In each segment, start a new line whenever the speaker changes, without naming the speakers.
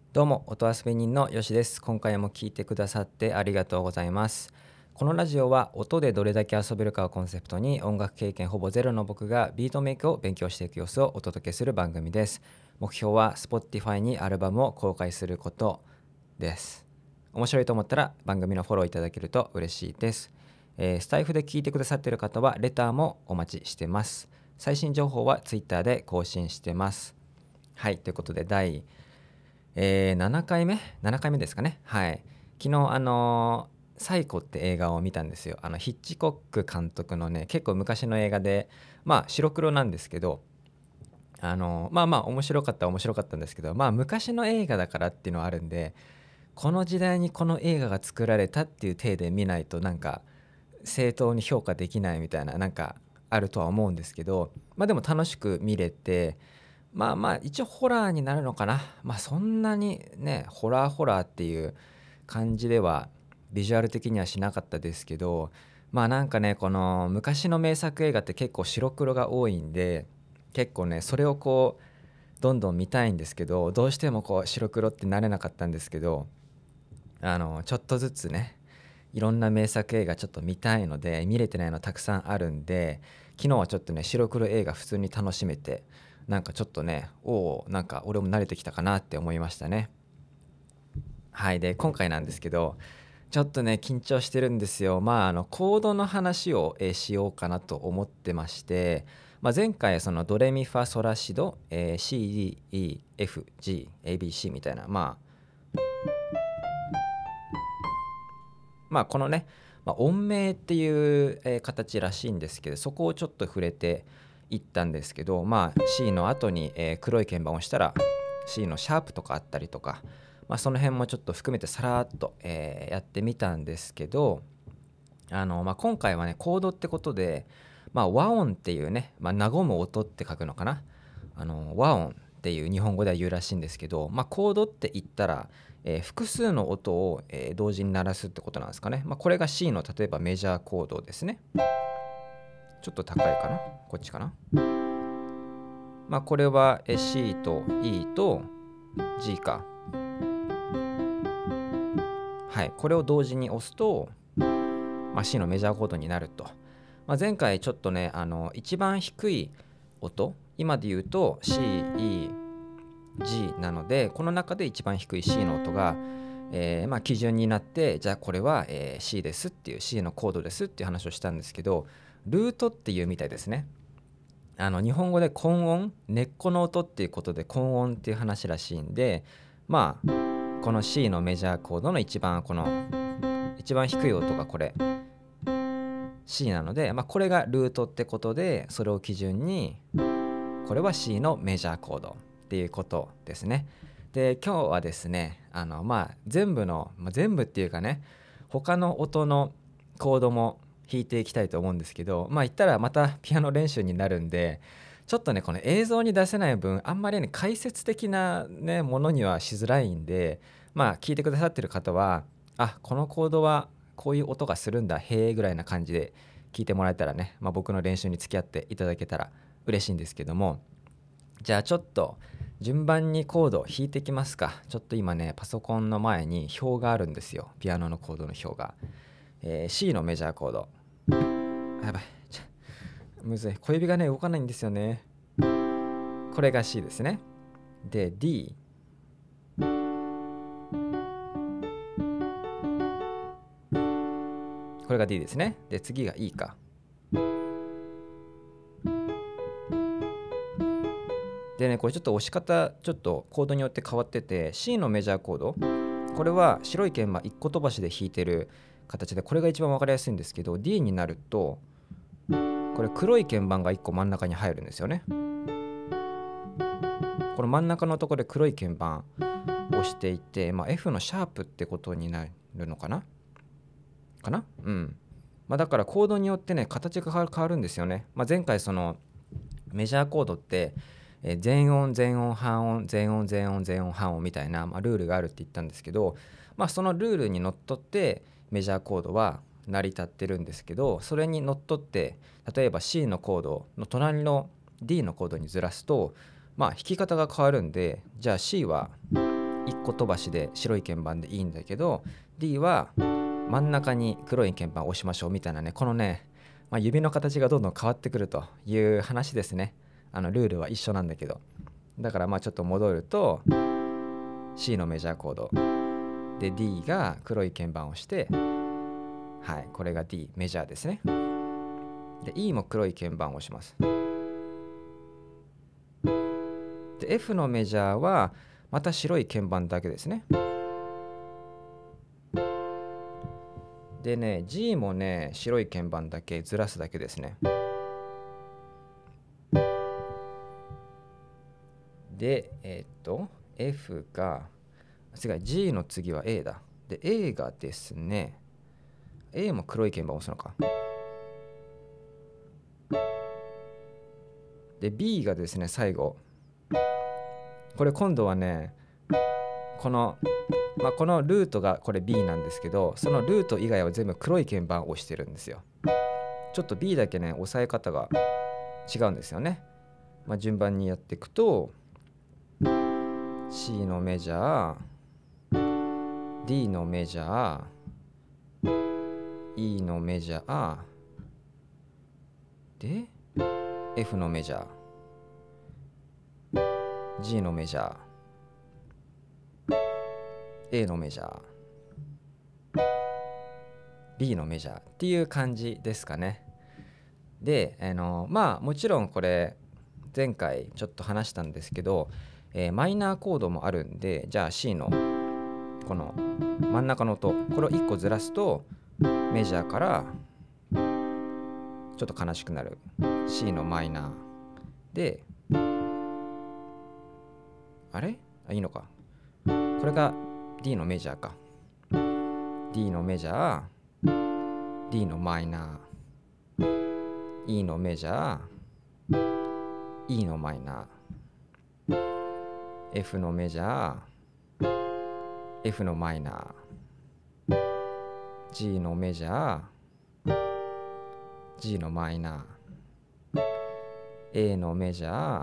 どうも、音遊び人のよしです。今回も聞いてくださってありがとうございます。このラジオは音でどれだけ遊べるかをコンセプトに音楽経験ほぼゼロの僕がビートメイクを勉強していく様子をお届けする番組です。目標は Spotify にアルバムを公開することです。面白いと思ったら番組のフォローいただけると嬉しいです。スタイフで聞いてくださっている方はレターもお待ちしてます。最新情報は Twitter で更新してます。はい、ということで7回目 ?7 回目ですかね。はい。昨日、サイコって映画を見たんですよ。ヒッチコック監督のね、結構昔の映画で、まあ、白黒なんですけど、面白かったは面白かったんですけど、まあ、昔の映画だからっていうのはあるんで、この時代にこの映画が作られたっていう体で見ないと、なんか、正当に評価できないみたいな、なんか、あるとは思うんですけど、まあ、でも楽しく見れて、一応ホラーになるのかな。そんなにね、ホラーっていう感じではビジュアル的にはしなかったですけど、なんかね、この昔の名作映画って結構白黒が多いんで、結構ね、それをこうどんどん見たいんですけど、どうしてもこう白黒ってなれなかったんですけど、ちょっとずつね、いろんな名作映画ちょっと見たいので、見れてないのたくさんあるんで、昨日はちょっとね、白黒映画普通に楽しめて、なんかちょっとね、なんか俺も慣れてきたかなって思いましたね。はい。で、今回なんですけど、ちょっとね、緊張してるんですよ。コードの話を、しようかなと思ってまして、前回、そのドレミファソラシド、CDEFGABC みたいな、このね、音名っていう、形らしいんですけど、そこをちょっと触れていったんですけど、C の後に、黒い鍵盤を押したら C のシャープとかあったりとか、その辺もちょっと含めてさらっと、やってみたんですけど、今回はね、コードってことで、和音っていうね、和む音って書くのかな。和音っていう日本語では言うらしいんですけど、コードって言ったら、複数の音を、同時に鳴らすってことなんですかね。これが C の例えばメジャーコードですね。ちょっと高いかな、こっちかな。これは C と E と G か。はい、これを同時に押すと、C のメジャーコードになると。前回ちょっとね、一番低い音、今で言うと C、E、G なので、この中で一番低い C の音が、基準になって、じゃあこれは、C ですっていう C のコードですっていう話をしたんですけど、ルートっていうみたいですね。日本語で根音、根っこの音っていうことで根音っていう話らしいんで、この C のメジャーコードの一番低い音がこれ C なので、これがルートってことで、それを基準にこれは C のメジャーコードっていうことですね。で、今日はですね、全部の、全部っていうかね、他の音のコードも弾いていきたいと思うんですけど、言ったらまたピアノ練習になるんで、ちょっとね、この映像に出せない分、あんまりね、解説的なね、ものにはしづらいんで、聞いてくださってる方は、このコードはこういう音がするんだ、へーぐらいな感じで聞いてもらえたらね、僕の練習に付き合っていただけたら嬉しいんですけども、じゃあちょっと順番にコード弾いていきますか。ちょっと今ね、パソコンの前に表があるんですよ。ピアノのコードの表が。C のメジャーコード。やばい。むずい。小指がね、動かないんですよね。これが C ですね。で、D。これが D ですね。で、次が E か。でね、これちょっと押し方、ちょっとコードによって変わってて、C のメジャーコード、これは白い鍵盤1個飛ばしで弾いてる形で、これが一番分かりやすいんですけど、D になると、これ黒い鍵盤が1個真ん中に入るんですよね。この真ん中のところで黒い鍵盤を押していて、F のシャープってことになるのかなうん。だからコードによってね、形が変わるんですよね。前回そのメジャーコードって、全音全音半音全音全音全音半音みたいな、ルールがあるって言ったんですけど、そのルールにのっとってメジャーコードは成り立ってるんですけど、それにのっとって例えば C のコードの隣の D のコードにずらすと、弾き方が変わるんで、じゃあ C は 1個飛ばしで白い鍵盤でいいんだけど、 D は真ん中に黒い鍵盤を押しましょうみたいなね、このね、指の形がどんどん変わってくるという話ですね。ルールは一緒なんだけど、だからちょっと戻ると C のメジャーコードで D が黒い鍵盤を押して、はい、これが D メジャーですね。で E も黒い鍵盤を押します。で F のメジャーはまた白い鍵盤だけですね。でね、G もね、白い鍵盤だけずらすだけですね。で、F が、違う、G の次は A だ。で、A がですね、A も黒い鍵盤を押すのか。で、B がですね、最後。これ今度はね、このルートがこれ B なんですけど、そのルート以外は全部黒い鍵盤を押してるんですよ。ちょっと B だけね、押さえ方が違うんですよね。順番にやっていくと、C のメジャー、D のメジャー、E のメジャー、で、F のメジャー、G のメジャー、A のメジャー、B のメジャーっていう感じですかね。で、もちろんこれ前回ちょっと話したんですけど、マイナーコードもあるんで、じゃあ C のこの真ん中の音、これを1個ずらすとメジャーからちょっと悲しくなる C のマイナーで、いいのか、これが D のメジャーか。 D のメジャー、 D のマイナー、 E のメジャー、 E のマイナー、 F のメジャー、 F のマイナー、 G のメジャー、 G のマイナー、 A のメジャー、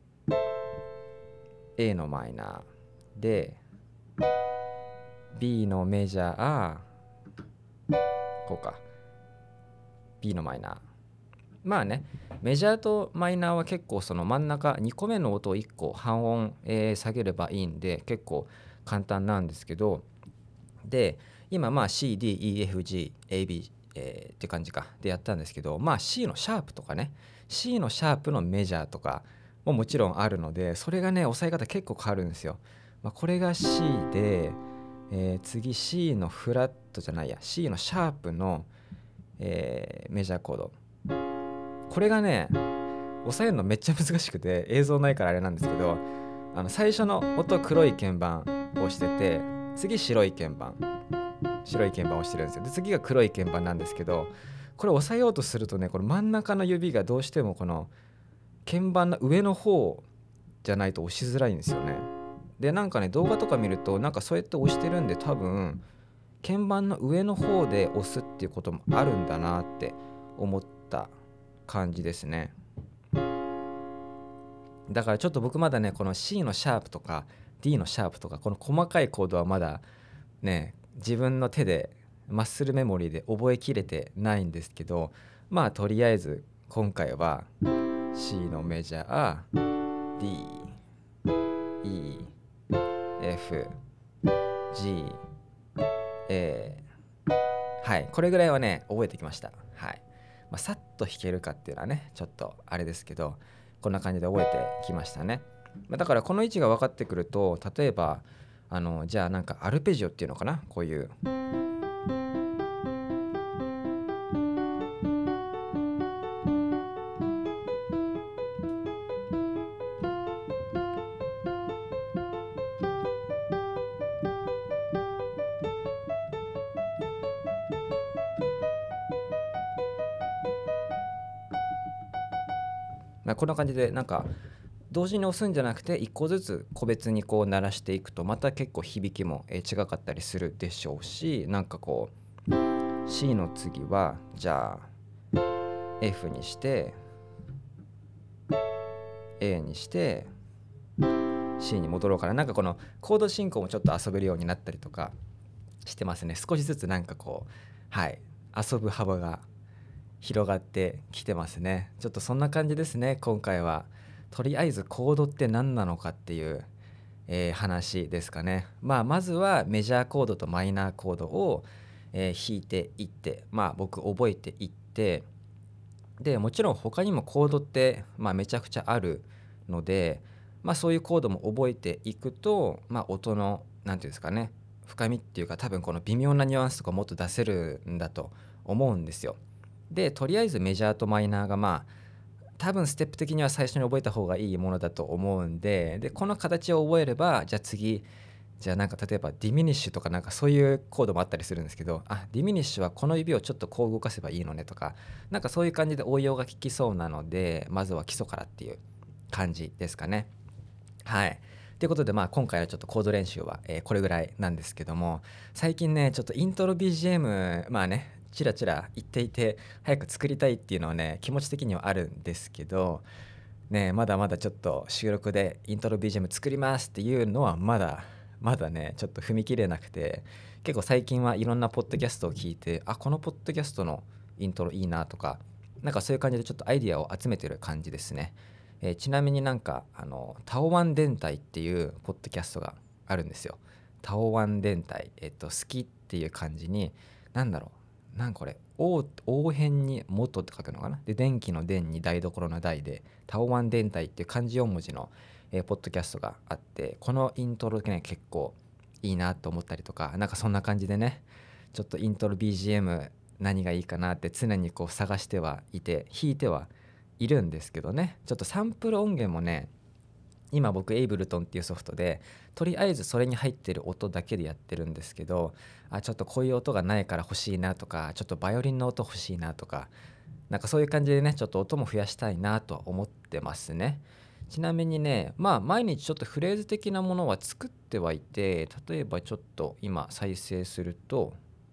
A のマイナーで、 B のメジャー、こうか、 B のマイナー。メジャーとマイナーは結構その真ん中2個目の音を1個半音、下げればいいんで結構簡単なんですけど、で今CDEFGAB、って感じかでやったんですけど、C のシャープとかね、 C のシャープのメジャーとかももちろんあるので、それがね押さえ方結構変わるんですよ。これが C で、次 C のフラットじゃないや C のシャープの、メジャーコード、これがね押さえるのめっちゃ難しくて、映像ないからあれなんですけど、最初の音黒い鍵盤を押してて、次白い鍵盤を押してるんですよ。で次が黒い鍵盤なんですけど、これ押さえようとするとね、この真ん中の指がどうしてもこの鍵盤の上の方じゃないと押しづらいんですよね。で動画とか見るとそうやって押してるんで、多分鍵盤の上の方で押すっていうこともあるんだなって思った感じですね。だからちょっと僕まだね、この C のシャープとか D のシャープとかこの細かいコードはまだね、自分の手でマッスルメモリーで覚えきれてないんですけど、とりあえず今回は C のメジャー、 D、 E、 F、 G、 A、 はい、これぐらいはね覚えてきました。はい、さっと弾けるかっていうのはねちょっとあれですけど、こんな感じで覚えてきましたね。だからこの位置が分かってくると、例えばじゃあアルペジオっていうのかな、こういうこんな感じで同時に押すんじゃなくて1個ずつ個別にこう鳴らしていくとまた結構響きも違かったりするでしょうし、こう C の次はじゃあ F にして A にしてシーンに戻ろうかな。なんかこのコード進行もちょっと遊べるようになったりとかしてますね。少しずつなんかこうはい遊ぶ幅が広がってきてますね。ちょっとそんな感じですね。今回はとりあえずコードって何なのかっていう、話ですかね。まずはメジャーコードとマイナーコードを、弾いていって、僕覚えていって、でもちろん他にもコードって、めちゃくちゃあるので、そういうコードも覚えていくと、音の何ていうんですかね、深みっていうか、多分この微妙なニュアンスとかもっと出せるんだと思うんですよ。でとりあえずメジャーとマイナーが多分ステップ的には最初に覚えた方がいいものだと思うんで、この形を覚えれば、じゃあ次、じゃあなんか例えばディミニッシュとかなんかそういうコードもあったりするんですけど、ディミニッシュはこの指をちょっとこう動かせばいいのねとか、なんかそういう感じで応用が効きそうなので、まずは基礎からっていう感じですかね。はい。ということで、今回はちょっとコード練習は、これぐらいなんですけども、最近ねちょっとイントロ BGM チラチラ言っていて早く作りたいっていうのはね気持ち的にはあるんですけどね、まだまだちょっと収録でイントロ BGM 作りますっていうのはまだねちょっと踏み切れなくて、結構最近はいろんなポッドキャストを聞いて、このポッドキャストのイントロいいなとか、なんかそういう感じでちょっとアイディアを集めてる感じですね。ちなみになんかタオワン電台っていうポッドキャストがあるんですよ。タオワン電台、好きっていう感じに、なんだろう、なんこれ応変に元って書くのかな、で電気の電に台所の台でタオワン電台っていう漢字4文字の、ポッドキャストがあって、このイントロね結構いいなと思ったりとか、なんかそんな感じでね、ちょっとイントロ BGM 何がいいかなって常にこう探してはいて弾いてはいるんですけどね、ちょっとサンプル音源もね、今僕エイブルトンっていうソフトでとりあえずそれに入ってる音だけでやってるんですけど、ちょっとこういう音がないから欲しいなとか、ちょっとバイオリンの音欲しいなとか、なんかそういう感じでねちょっと音も増やしたいなと思ってますね。ちなみにね毎日ちょっとフレーズ的なものは作ってはいて、例えばちょっと今再生すると、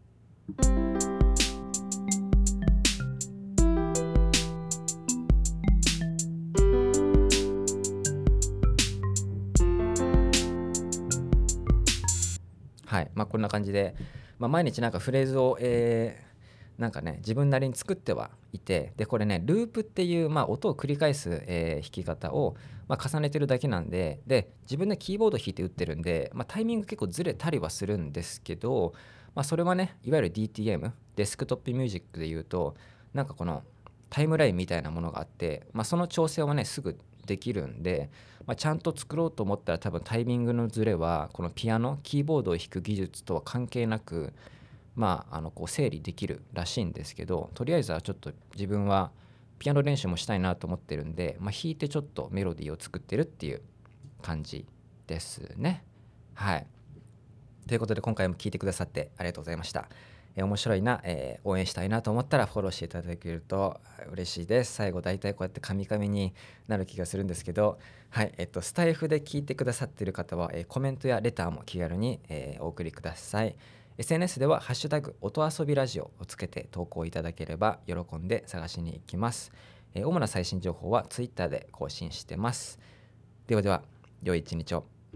はい、こんな感じで、毎日なんかフレーズを、なんかね自分なりに作ってはいて、でこれねループっていう、音を繰り返す、弾き方を、重ねてるだけなんで、自分でキーボード弾いて打ってるんで、タイミング結構ずれたりはするんですけど、それはねいわゆる DTM デスクトップミュージックで言うと、なんかこのタイムラインみたいなものがあって、その調整はねすぐできるんで、ちゃんと作ろうと思ったら多分タイミングのズレはこのピアノキーボードを弾く技術とは関係なく、こう整理できるらしいんですけど、とりあえずはちょっと自分はピアノ練習もしたいなと思ってるんで、弾いてちょっとメロディーを作ってるっていう感じですね。はい。ということで今回も聞いてくださってありがとうございました。面白いな、応援したいなと思ったらフォローしていただけると嬉しいです。最後だいたいこうやってカミカミになる気がするんですけど、はい、スタイフで聞いてくださっている方は、コメントやレターも気軽に、お送りください。SNS ではハッシュタグ音遊びラジオをつけて投稿いただければ喜んで探しに行きます。主な最新情報は Twitter で更新してます。ではでは、良い一日を。